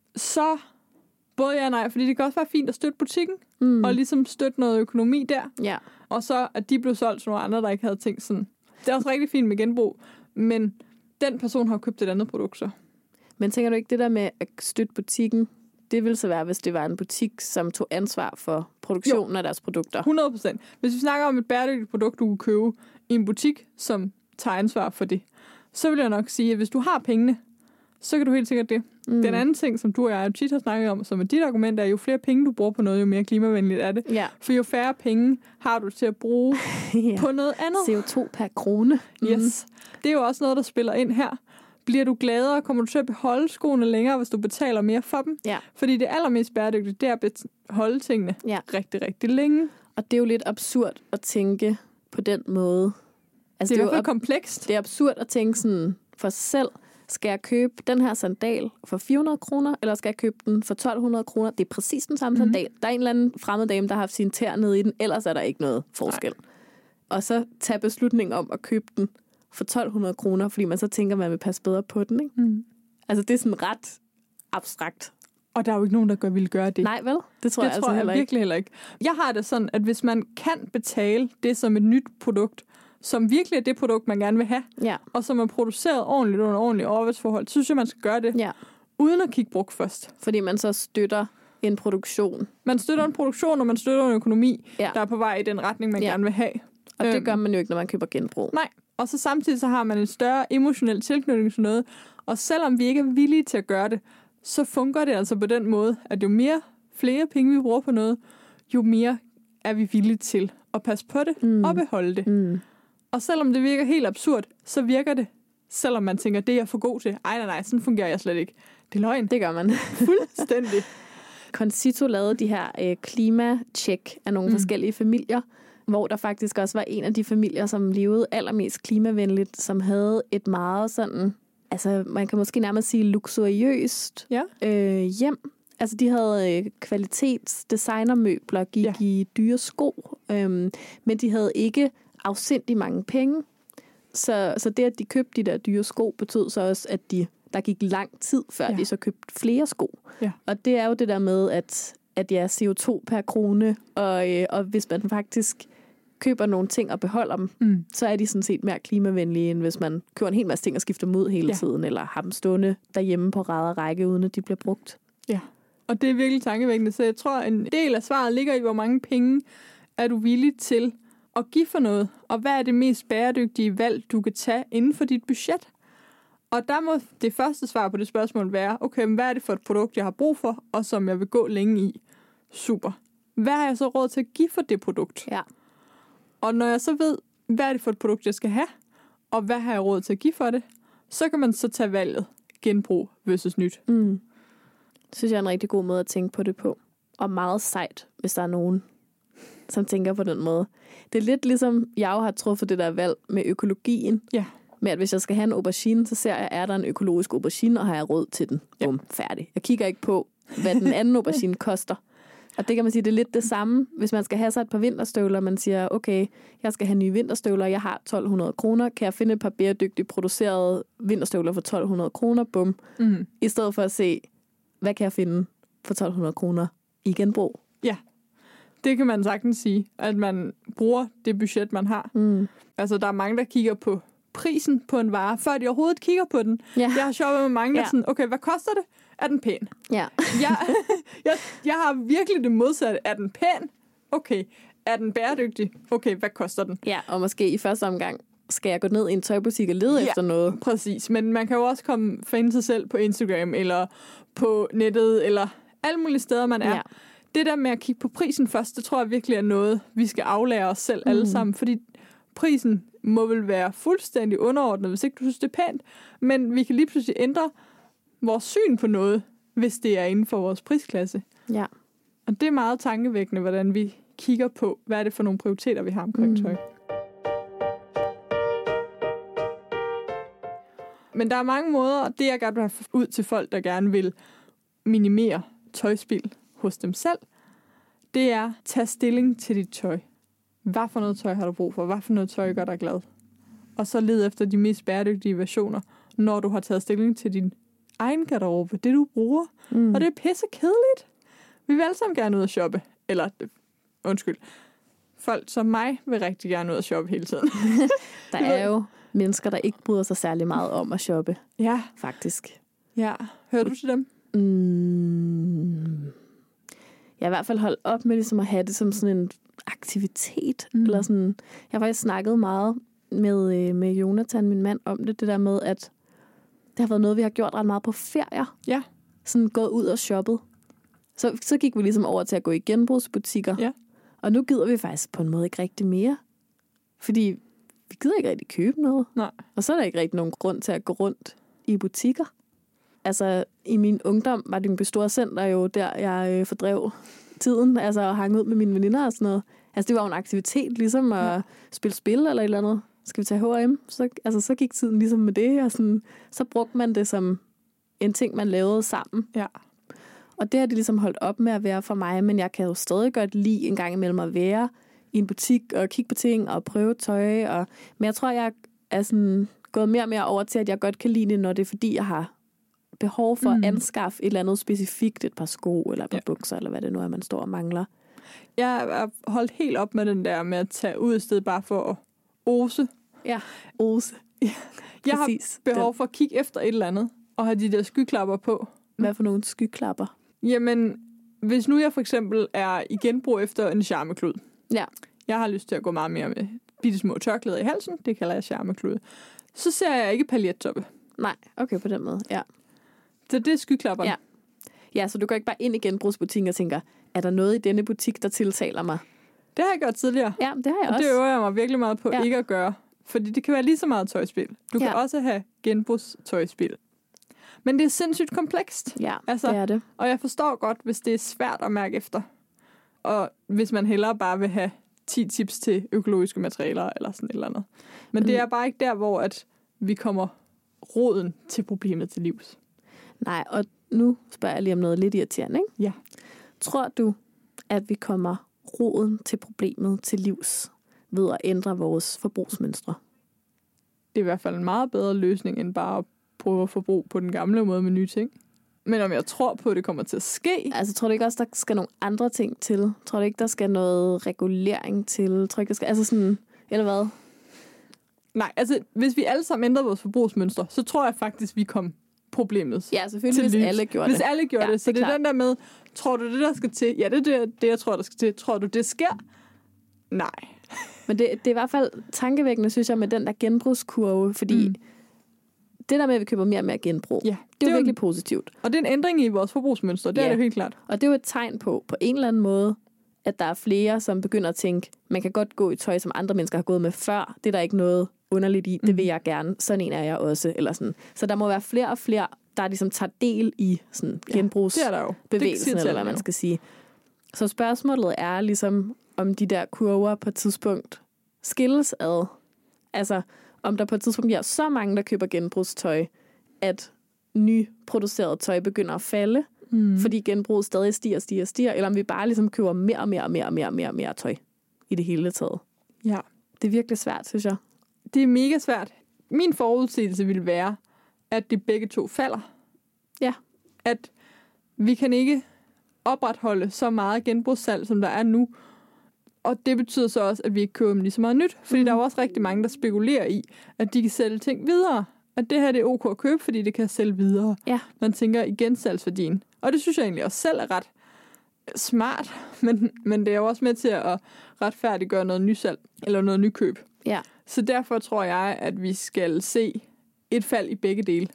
Så både ja og nej, fordi det kan også være fint at støtte butikken, mm. og ligesom støtte noget økonomi der. Ja. Og så, at de blev solgt til nogle andre, der ikke havde tænkt sådan. Det er også rigtig fint med genbrug, men den person har købt et andet produkt så. Men tænker du ikke, det der med at støtte butikken, det ville så være, hvis det var en butik, som tog ansvar for produktionen jo. Af deres produkter? hundrede procent. Hvis vi snakker om et bæredygtigt produkt, du kan købe i en butik, som tager ansvar for det, så vil jeg nok sige, at hvis du har pengene, så kan du helt sikkert det. Mm. Den anden ting, som du og jeg tit har snakket om, som er dit argument, er, jo flere penge du bruger på noget, jo mere klimavenligt er det. Ja. For jo færre penge har du til at bruge ja. På noget andet. C O to per krone. Mm. Yes. Det er jo også noget, der spiller ind her. Bliver du gladere, kommer du til at beholde skoene længere, hvis du betaler mere for dem? Ja. Fordi det allermest bæredygtige, det er at beholde tingene ja. Rigtig, rigtig længe. Og det er jo lidt absurd at tænke på den måde. Altså, det er, det er jo ab- komplekst. Det er absurd at tænke sådan for sig selv, skal jeg købe den her sandal for fire hundrede kroner, eller skal jeg købe den for tolv hundrede kroner? Det er præcis den samme mm-hmm. sandal. Der er en eller anden fremmed dame, der har haft sin tær nede i den, ellers er der ikke noget forskel. Nej. Og så tage beslutningen om at købe den for tolv hundrede kroner, fordi man så tænker, man vil passe bedre på den. Ikke? Mm. Altså, det er sådan ret abstrakt. Og der er jo ikke nogen, der vil gøre det. Nej, vel? Det tror det jeg tror altså jeg heller virkelig ikke. heller ikke. Jeg har det sådan, at hvis man kan betale det som et nyt produkt, som virkelig er det produkt, man gerne vil have, ja. Og som er produceret ordentligt under ordentlige arbejdsforhold, så synes jeg, man skal gøre det, ja. Uden at kigge brugt først. Fordi man så støtter en produktion. Man støtter en produktion, og man støtter en økonomi, ja. Der er på vej i den retning, man ja. Gerne vil have. Og det gør man jo ikke, når man køber genbrug. Nej, og så samtidig så har man en større emotionel tilknytning til noget, og selvom vi ikke er villige til at gøre det, så fungerer det altså på den måde, at jo mere flere penge vi bruger på noget, jo mere er vi villige til at passe på det mm. og beholde det. Mm. Og selvom det virker helt absurd, så virker det, selvom man tænker, det er jeg for god til. Ej, nej, nej, sådan fungerer jeg slet ikke. Det er løgn. Det gør man. Fuldstændig. Concito lavede de her øh, klimatjek af nogle mm. forskellige familier, hvor der faktisk også var en af de familier, som levede allermest klimavenligt, som havde et meget sådan, altså man kan måske nærmest sige luksuriøst ja. øh, hjem. Altså de havde øh, kvalitetsdesignermøbler, gik ja. I dyre sko, øh, men de havde ikke afsindig mange penge. Så, så det, at de købte de der dyre sko, betød så også, at de, der gik lang tid, før ja. De så købte flere sko. Ja. Og det er jo det der med, at, at ja, C O to per krone, og, øh, og hvis man faktisk køber nogle ting og beholder dem, mm. så er de sådan set mere klimavenlige, end hvis man køber en hel masse ting og skifter dem ud hele ja. Tiden, eller har dem stående derhjemme på rad og række, uden at de bliver brugt. Ja, og det er virkelig tankevækkende. Så jeg tror, en del af svaret ligger i, hvor mange penge er du villig til at give for noget, og hvad er det mest bæredygtige valg, du kan tage inden for dit budget? Og der må det første svar på det spørgsmål være, okay, men hvad er det for et produkt, jeg har brug for, og som jeg vil gå længe i? Super. Hvad har jeg så råd til at give for det produkt? Ja. Og når jeg så ved, hvad er det for et produkt, jeg skal have, og hvad har jeg råd til at give for det, så kan man så tage valget genbrug versus nyt. Mm. Det synes jeg er en rigtig god måde at tænke på det på. Og meget sejt, hvis der er nogen, som tænker på den måde. Det er lidt ligesom, jeg jo har truffet det der valg med økologien. Ja. Med at hvis jeg skal have en aubergine, så ser jeg, er der en økologisk aubergine, og har jeg råd til den. Ja. Bum, færdig. Jeg kigger ikke på, hvad den anden aubergine koster. Og det kan man sige, det er lidt det samme, hvis man skal have sig et par vinterstøvler. Man siger, okay, jeg skal have nye vinterstøvler, jeg har tolv hundrede kroner. Kan jeg finde et par bæredygtigt producerede vinterstøvler for tolv hundrede kroner? Bum. Mm. I stedet for at se, hvad kan jeg finde for tolv hundrede kroner i genbrug? Ja, det kan man sagtens sige, at man bruger det budget, man har. Mm. Altså, der er mange, der kigger på prisen på en vare, før de overhovedet kigger på den. Ja. Jeg har shoppet med mange, der ja. Sådan, okay, hvad koster det? Er den pæn? Ja. jeg, jeg, jeg har virkelig det modsatte. Er den pæn? Okay. Er den bæredygtig? Okay, hvad koster den? Ja, og måske i første omgang skal jeg gå ned i en tøjbutik og lede ja, efter noget. Præcis. Men man kan jo også komme finde sig selv på Instagram, eller på nettet, eller alle mulige steder, man er. Ja. Det der med at kigge på prisen først, det tror jeg virkelig er noget, vi skal aflære os selv mm. alle sammen. Fordi prisen må vel være fuldstændig underordnet, hvis ikke du synes, det er pænt. Men vi kan lige pludselig ændre vores syn på noget, hvis det er inden for vores prisklasse. Ja. Og det er meget tankevækkende, hvordan vi kigger på, hvad er det for nogle prioriteter, vi har omkring tøj. Mm. Men der er mange måder, og det jeg gerne vil have ud til folk, der gerne vil minimere tøjspild hos dem selv, det er at tage stilling til dit tøj. Hvad for noget tøj har du brug for? Hvad for noget tøj gør dig glad? Og så led efter de mest bæredygtige versioner, når du har taget stilling til din egen garderobe, det du bruger. Mm. Og det er pisse kedeligt. Vi vil alle sammen gerne ud og shoppe. Eller, undskyld, folk som mig vil rigtig gerne ud og shoppe hele tiden. Der er jo mennesker, der ikke bryder sig særlig meget om at shoppe. Ja. Faktisk. Ja. Hører du til dem? Mm. Jeg har i hvert fald holdt op med ligesom at have det som sådan en aktivitet. Mm. Eller sådan. Jeg har faktisk snakket meget med, med Jonathan, min mand, om det. Det der med, at det har været noget, vi har gjort ret meget på ferier. Ja. Sådan gået ud og shoppet. Så, så gik vi ligesom over til at gå i genbrugsbutikker. Ja. Og nu gider vi faktisk på en måde ikke rigtig mere. Fordi vi gider ikke rigtig købe noget. Nej. Og så er der ikke rigtig nogen grund til at gå rundt i butikker. Altså, i min ungdom var Lyngby Storcenter jo der, jeg øh, fordrev tiden. Altså, og hang ud med mine veninder og sådan noget. Altså, det var jo en aktivitet, ligesom at ja. spille spil eller et eller andet. Skal vi tage H og M? Så, altså, så gik tiden ligesom med det. Og sådan, så brugte man det som en ting, man lavede sammen. Ja. Og det har det ligesom holdt op med at være for mig, men jeg kan jo stadig godt lide en gang imellem at være i en butik og kigge på ting og prøve tøj. Og... Men jeg tror, jeg er sådan gået mere og mere over til, at jeg godt kan lide det, når det er, fordi jeg har behov for mm. at anskaffe et eller andet specifikt, et par sko eller et par ja. bukser, eller hvad det nu er, man står og mangler. Jeg har holdt helt op med den der med at tage ud i stedet bare for at ose. Ja, ose. Ja. Jeg har behov for at kigge efter et eller andet og have de der skyklapper på. Hvad for nogle skyklapper? Jamen, hvis nu jeg for eksempel er i genbrug efter en charmeklud. Ja. Jeg har lyst til at gå meget mere med bitte små tørklæder i halsen. Det kalder jeg charmeklud. Så ser jeg ikke paljettoppe. Nej, okay, på den måde, ja. Så det er skyklapperne. Ja. Ja, så du går ikke bare ind i genbrugsbutikken og tænker, er der noget i denne butik, der tiltaler mig? Det har jeg gjort tidligere. Ja, det har jeg og også. Og det øver jeg mig virkelig meget på ja. ikke at gøre. Fordi det kan være lige så meget tøjspil. Du ja. kan også have genbrugstøjspil. Men det er sindssygt komplekst. Ja, altså, det er det. Og jeg forstår godt, hvis det er svært at mærke efter. Og hvis man hellere bare vil have ti tips til økologiske materialer eller sådan et eller andet. Men mm. det er bare ikke der, hvor at vi kommer roden til problemet til livs. Nej, og nu spørger jeg lige om noget lidt irriterende, ikke? Ja. Tror du, at vi kommer roden til problemet til livs ved at ændre vores forbrugsmønstre? Det er i hvert fald en meget bedre løsning, end bare at prøve at forbruge på den gamle måde med nye ting. Men om jeg tror på, at det kommer til at ske... Altså, tror du ikke også, der skal nogle andre ting til? Tror du ikke, der skal noget regulering til? Tror du ikke, der skal... Altså sådan... Eller hvad? Nej, altså, hvis vi alle sammen ændrer vores forbrugsmønstre, så tror jeg faktisk, vi kom problemet. Ja, selvfølgelig, hvis alle gjorde hvis det. Hvis alle gjorde ja, det. Så det er, det er den der med, tror du det, der skal til? Ja, det er det, det, jeg tror, der skal til. Tror du, det sker? Nej. Men det, det er i hvert fald tankevækkende, synes jeg, med den der genbrugskurve, fordi mm. det der med, at vi køber mere og mere genbrug, ja, det er det jo er virkelig en, positivt. Og det er en ændring i vores forbrugsmønstre, det ja. er det helt klart. Og det er jo et tegn på, på en eller anden måde, at der er flere, som begynder at tænke, man kan godt gå i tøj, som andre mennesker har gået med før. Det er der ikke noget underligt i. Det vil jeg gerne. Sådan en er jeg også. Eller sådan. Så der må være flere og flere, der ligesom tager del i sådan genbrugsbevægelsen, ja, eller hvad man skal sige. Så spørgsmålet er ligesom, om de der kurver på et tidspunkt skilles ad. Altså, om der på et tidspunkt bliver så mange, der køber genbrugstøj, at nyproduceret tøj begynder at falde, mm. fordi genbruget stadig stiger, stiger, stiger, eller om vi bare ligesom køber mere og mere og mere og mere, mere, mere tøj i det hele taget. Ja. Det er virkelig svært, synes jeg. Det er mega svært. Min forudsigelse ville være, at det begge to falder. Ja. At vi kan ikke opretholde så meget genbrugssalg, som der er nu. Og det betyder så også, at vi ikke køber lige så meget nyt. Fordi mm. der er også rigtig mange, der spekulerer i, at de kan sælge ting videre. At det her det er ok at købe, fordi det kan sælge videre. Ja. Man tænker i gensalgsværdien. Og det synes jeg egentlig også selv er ret smart. Men, men det er jo også med til at retfærdiggøre noget nysalg eller noget nykøb. Ja. Så derfor tror jeg, at vi skal se et fald i begge dele.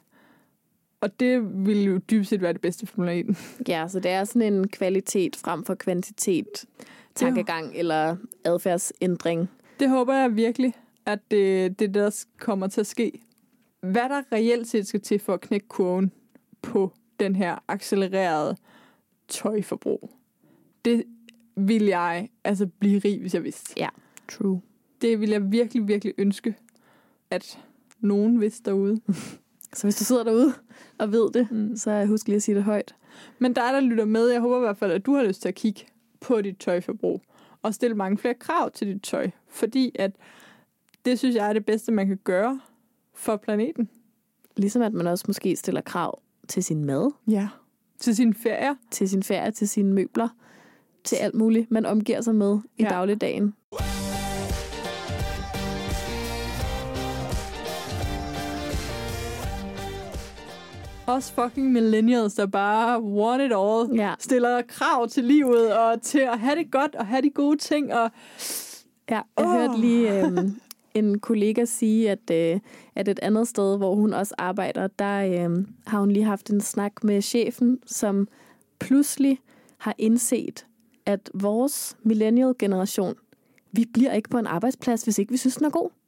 Og det vil jo dybest set være det bedste for planeten. Ja, så det er sådan en kvalitet frem for kvantitet, tankegang eller adfærdsændring. Det håber jeg virkelig, at det, det der kommer til at ske. Hvad der reelt set skal til for at knække kurven på den her accelererede tøjforbrug. Det vil jeg altså blive rig, hvis jeg vidste. Ja, true. Det vil jeg virkelig, virkelig ønske, at nogen vidste derude. Så hvis du sidder derude og ved det, mm. så husk lige at sige det højt. Men der er der lytter med. Jeg håber i hvert fald, at du har lyst til at kigge på dit tøjforbrug og stille mange flere krav til dit tøj. Fordi at det synes jeg er det bedste, man kan gøre for planeten. Ligesom at man også måske stiller krav til sin mad. Ja. Til sine ferier. Til sin ferie, til sine møbler. Til alt muligt, man omgiver sig med i ja. dagligdagen. Også fucking millennials, der bare want it all. Ja. Stiller krav til livet og til at have det godt og have de gode ting. Og ja, jeg oh. hørte lige øh, en kollega sige, at, øh, at et andet sted, hvor hun også arbejder, der øh, har hun lige haft en snak med chefen, som pludselig har indset, at vores millennial-generation, vi bliver ikke på en arbejdsplads, hvis ikke vi synes, den er god.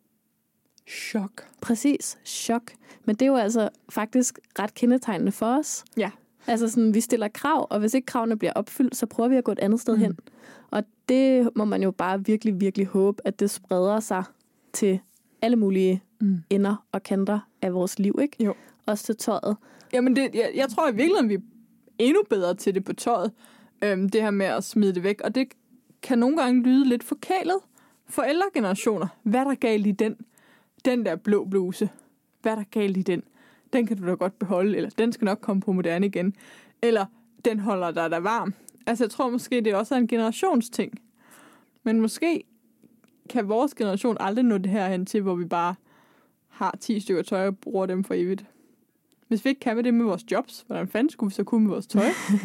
Chok. Præcis, chok. Men det er jo altså faktisk ret kendetegnende for os. Ja. Altså sådan, vi stiller krav, og hvis ikke kravene bliver opfyldt, så prøver vi at gå et andet sted mm. hen. Og det må man jo bare virkelig, virkelig håbe, at det spreder sig til alle mulige mm. ender og kanter af vores liv, ikke? Jo. Også til tøjet. Jamen, det, jeg, jeg tror i virkeligheden, vi er endnu bedre til det på tøjet. Øhm, det her med at smide det væk. Og det kan nogle gange lyde lidt forkælet for ældre generationer. Hvad er der galt i den? Den der blå bluse. Hvad er der galt i den? Den kan du da godt beholde. Eller den skal nok komme på moderne igen. Eller den holder dig da varm. Altså, jeg tror måske, det også er en generationsting. Men måske kan vores generation aldrig nå det her hen til, hvor vi bare har ti stykker tøj og bruger dem for evigt. Hvis vi ikke kan med det med vores jobs, hvordan fanden skulle vi så kunne med vores tøj?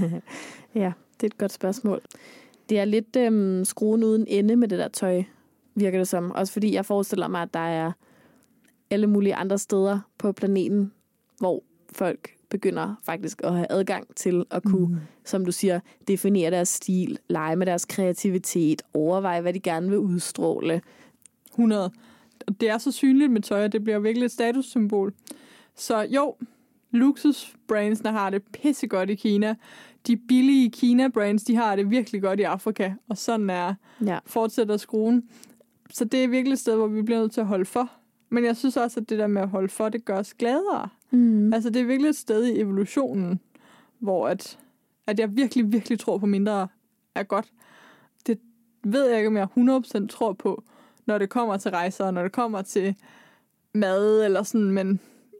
Ja, det er et godt spørgsmål. Det er lidt øhm, skruen uden ende med det der tøj, virker det som. Også fordi jeg forestiller mig, at der er alle mulige andre steder på planeten, hvor folk begynder faktisk at have adgang til at kunne, mm. som du siger, definere deres stil, lege med deres kreativitet, overveje, hvad de gerne vil udstråle. hundrede. Det er så synligt med tøj, og det bliver virkelig et statussymbol. Så jo, luksusbrandsene har det pissegodt i Kina. De billige Kina-brands, de har det virkelig godt i Afrika. Og sådan er ja. fortsætter skruen. Så det er virkelig et sted, hvor vi bliver nødt til at holde for. Men jeg synes også, at det der med at holde for, det gør os gladere. Mm. Altså det er virkelig et sted i evolutionen, hvor at, at jeg virkelig, virkelig tror på mindre er godt. Det ved jeg ikke, om jeg hundrede procent tror på, når det kommer til rejser, når det kommer til mad eller sådan, men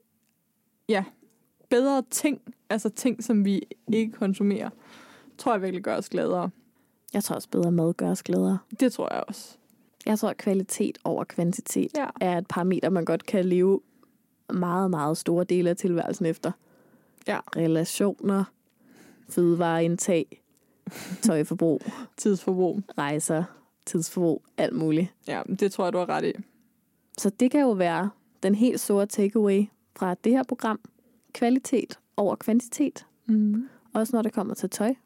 ja, bedre ting, altså ting, som vi ikke konsumerer, tror jeg virkelig gør os gladere. Jeg tror også, bedre mad gør os gladere. Det tror jeg også. Jeg tror, at kvalitet over kvantitet ja. er et parameter, man godt kan leve meget, meget store dele af tilværelsen efter. Ja. Relationer, fødevareindtag, tøjforbrug, tidsforbrug, rejser, tidsforbrug, alt muligt. Ja, det tror jeg, du har ret i. Så det kan jo være den helt store takeaway fra det her program. Kvalitet over kvantitet. Mm. Også når det kommer til tøj.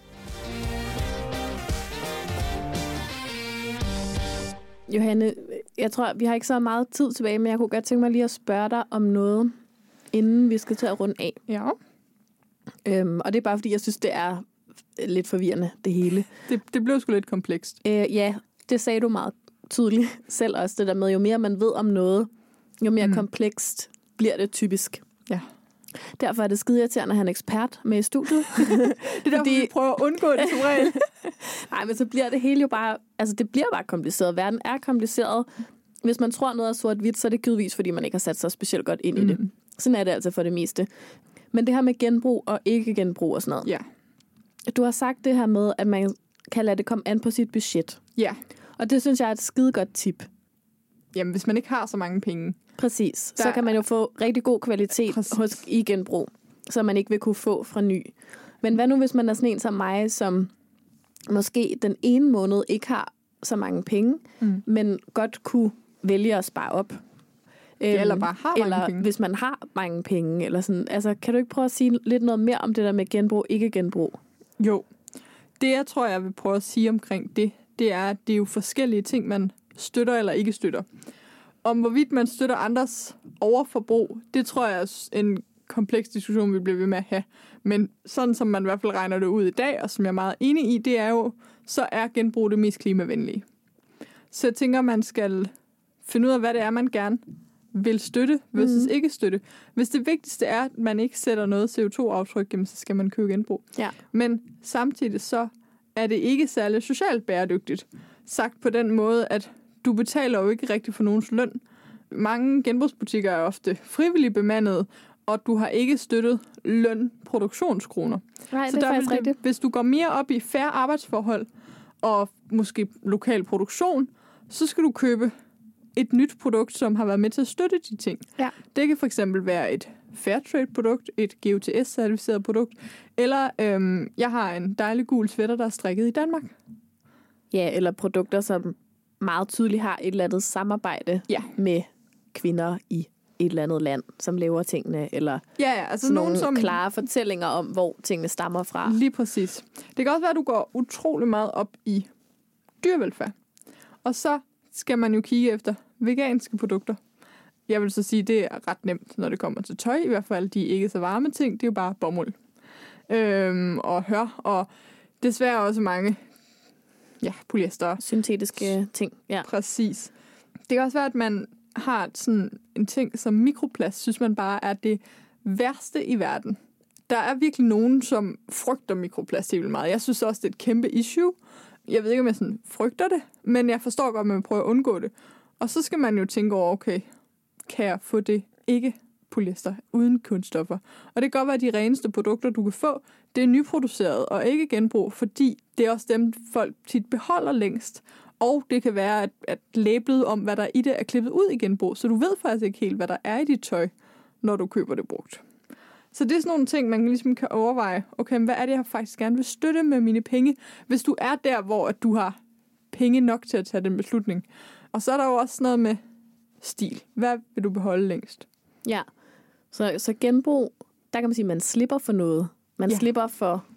Johanne, jeg tror, vi har ikke så meget tid tilbage, men jeg kunne godt tænke mig lige at spørge dig om noget, inden vi skal til at runde af. Ja. Øhm, og det er bare, fordi jeg synes, det er lidt forvirrende, det hele. Det, det blev sgu lidt komplekst. Øh, ja, det sagde du meget tydeligt selv også, det der med, jo mere man ved om noget, jo mere mm. komplekst bliver det typisk. Ja. Derfor er det skide irriterende at have en ekspert med i studiet. Det er derfor, fordi... vi prøver at undgå det som regel. Nej, men så bliver det hele jo bare... Altså, det bliver bare kompliceret. Verden er kompliceret. Hvis man tror noget er sort-hvidt, så er det givetvis, fordi man ikke har sat sig specielt godt ind mm. i det. Sådan er det altså for det meste. Men det her med genbrug og ikke genbrug og sådan noget. Ja. Du har sagt det her med, at man kan lade det komme an på sit budget. Ja. Og det synes jeg er et skide godt tip. Jamen, hvis man ikke har så mange penge. Præcis. Der... Så kan man jo få rigtig god kvalitet hos, i genbrug, så man ikke vil kunne få fra ny. Men hvad nu, hvis man er sådan en som mig, som måske den ene måned ikke har så mange penge, mm. men godt kunne vælge at spare op? Ja, eller bare har eller mange penge. Hvis man har mange penge. Eller sådan. Altså, kan du ikke prøve at sige lidt noget mere om det der med genbrug, ikke genbrug? Jo. Det, jeg tror, jeg vil prøve at sige omkring det, det er, at det er jo forskellige ting, man støtter eller ikke støtter. Om hvorvidt man støtter andres overforbrug, det tror jeg er en kompleks diskussion, vi bliver ved med at have. Men sådan som man i hvert fald regner det ud i dag, og som jeg er meget enig i, det er jo, så er genbrug det mest klimavenlige. Så jeg tænker, man skal finde ud af, hvad det er, man gerne vil støtte, versus mm. ikke støtte. Hvis det vigtigste er, at man ikke sætter noget C O to aftryk, jamen, så skal man købe genbrug. Ja. Men samtidig så er det ikke særlig socialt bæredygtigt. Sagt på den måde, at du betaler jo ikke rigtig for nogens løn. Mange genbrugsbutikker er ofte frivilligt bemandede, og du har ikke støttet lønproduktionskroner. Nej, så det er der faktisk det, rigtigt. Hvis du går mere op i fair arbejdsforhold og måske lokal produktion, så skal du købe et nyt produkt, som har været med til at støtte de ting. Ja. Det kan for eksempel være et Fairtrade-produkt, et G O T S-certificeret produkt, eller øhm, jeg har en dejlig gul sweater, der er strikket i Danmark. Ja, eller produkter, som meget tydeligt har et eller andet samarbejde ja. med kvinder i et eller andet land, som laver tingene, eller ja, ja, altså sådan nogen, nogle som klare fortællinger om, hvor tingene stammer fra. Lige præcis. Det kan også være, at du går utrolig meget op i dyrevelfærd. Og så skal man jo kigge efter veganske produkter. Jeg vil så sige, at det er ret nemt, når det kommer til tøj. I hvert fald de ikke så varme ting. Det er jo bare bomuld. Øhm, og hør. Og desværre også mange ja, polyester. Syntetiske ting. Ja. Præcis. Det kan også være, at man har sådan en ting som mikroplast, synes man bare er det værste i verden. Der er virkelig nogen, som frygter mikroplast helt vildt meget. Jeg synes også, det er et kæmpe issue. Jeg ved ikke, om jeg sådan frygter det, men jeg forstår godt, at man prøver at undgå det. Og så skal man jo tænke over, okay, kan jeg få det ikke polyester uden kunststoffer? Og det kan godt være, at de reneste produkter, du kan få, det er nyproduceret og ikke genbrug, fordi det er også dem, folk tit beholder længst. Og det kan være, at, at labelet om, hvad der er i det, er klippet ud i genbrug, så du ved faktisk ikke helt, hvad der er i dit tøj, når du køber det brugt. Så det er sådan nogle ting, man ligesom kan overveje. Okay, hvad er det, jeg faktisk gerne vil støtte med mine penge, hvis du er der, hvor at du har penge nok til at tage den beslutning. Og så er der jo også noget med stil. Hvad vil du beholde længst? Ja, så, så genbrug, der kan man sige, at man slipper for noget. Man ja. slipper for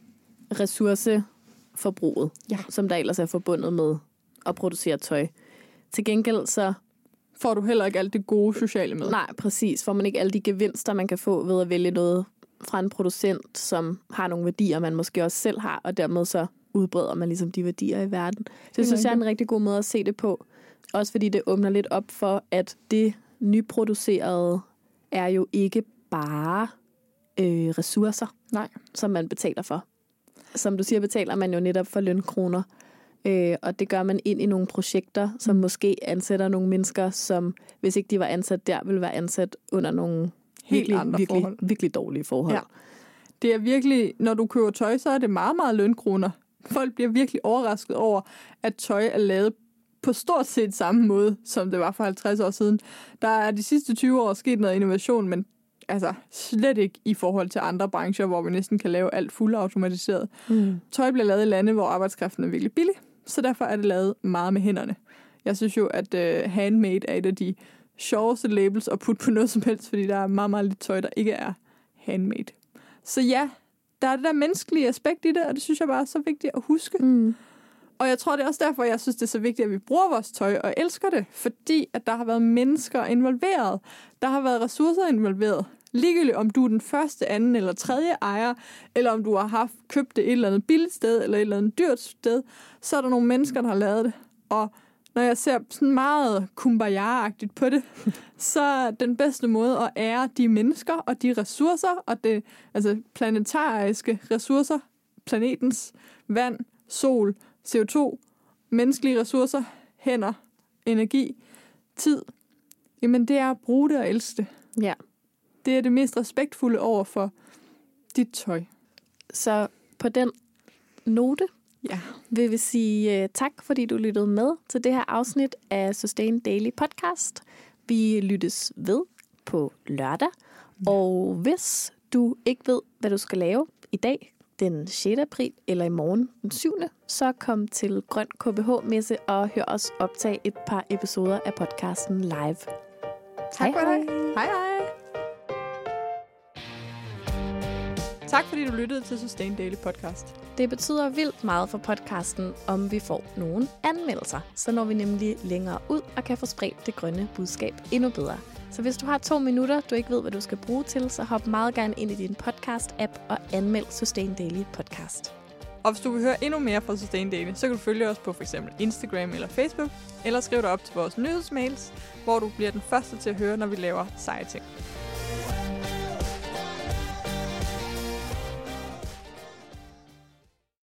ressourceforbruget, ja. som der ellers er forbundet med at producere tøj. Til gengæld så får du heller ikke alt det gode sociale med. Nej, præcis. Får man ikke alle de gevinster, man kan få ved at vælge noget fra en producent, som har nogle værdier, man måske også selv har, og dermed så udbreder man ligesom de værdier i verden. Det, det synes jeg er en rigtig god måde at se det på. Også fordi det åbner lidt op for, at det nyproducerede er jo ikke bare øh, ressourcer, Nej. som man betaler for. Som du siger, betaler man jo netop for lønkroner. Øh, og det gør man ind i nogle projekter, som mm. måske ansætter nogle mennesker, som hvis ikke de var ansat der, ville være ansat under nogle helt virkelig, andre virkelig, forhold. virkelig dårlige forhold. Ja. Det er virkelig, når du køber tøj, så er det meget, meget lønkroner. Folk bliver virkelig overrasket over, at tøj er lavet på stort set samme måde, som det var for halvtreds år siden. Der er de sidste tyve år sket noget innovation, men altså slet ikke i forhold til andre brancher, hvor vi næsten kan lave alt fuldautomatiseret. Mm. Tøj bliver lavet i lande, hvor arbejdskraften er virkelig billig, så derfor er det lavet meget med hænderne. Jeg synes jo, at uh, handmade er et af de sjoveste labels at putte på noget som helst, fordi der er meget, meget lidt tøj, der ikke er handmade. Så ja, der er det der menneskelige aspekt i det, og det synes jeg bare er så vigtigt at huske. Mm. Og jeg tror, det er også derfor, jeg synes, det er så vigtigt, at vi bruger vores tøj og elsker det, fordi at der har været mennesker involveret. Der har været ressourcer involveret. Ligegyldigt om du er den første, anden eller tredje ejer, eller om du har haft købt det et eller andet billigt sted, eller et eller andet dyrt sted, så er der nogle mennesker, der har lavet det. Og når jeg ser sådan meget kumbaya-agtigt på det, så er den bedste måde at ære de mennesker og de ressourcer, og det altså planetariske ressourcer, planetens vand, sol, C O to, menneskelige ressourcer, hænder, energi, tid. Jamen det er at bruge det og elske det. Ja. Det er det mest respektfulde over for dit tøj. Så på den note ja. vil vi sige uh, tak, fordi du lyttede med til det her afsnit af Sustain Daily Podcast. Vi lyttes ved på lørdag. Ja. Og hvis du ikke ved, hvad du skal lave i dag, den sjette april eller i morgen den syvende, så kom til Grøn K B H-messe og hør os optage et par episoder af podcasten live. Tak for det. Hej hej. Tak fordi du lyttede til Sustain Daily Podcast. Det betyder vildt meget for podcasten, om vi får nogle anmeldelser. Så når vi nemlig længere ud og kan få spredt det grønne budskab endnu bedre. Så hvis du har to minutter, du ikke ved, hvad du skal bruge til, så hop meget gerne ind i din podcast-app og anmeld Sustain Daily Podcast. Og hvis du vil høre endnu mere fra Sustain Daily, så kan du følge os på f.eks. Instagram eller Facebook, eller skrive dig op til vores nyhedsmails, hvor du bliver den første til at høre, når vi laver seje ting.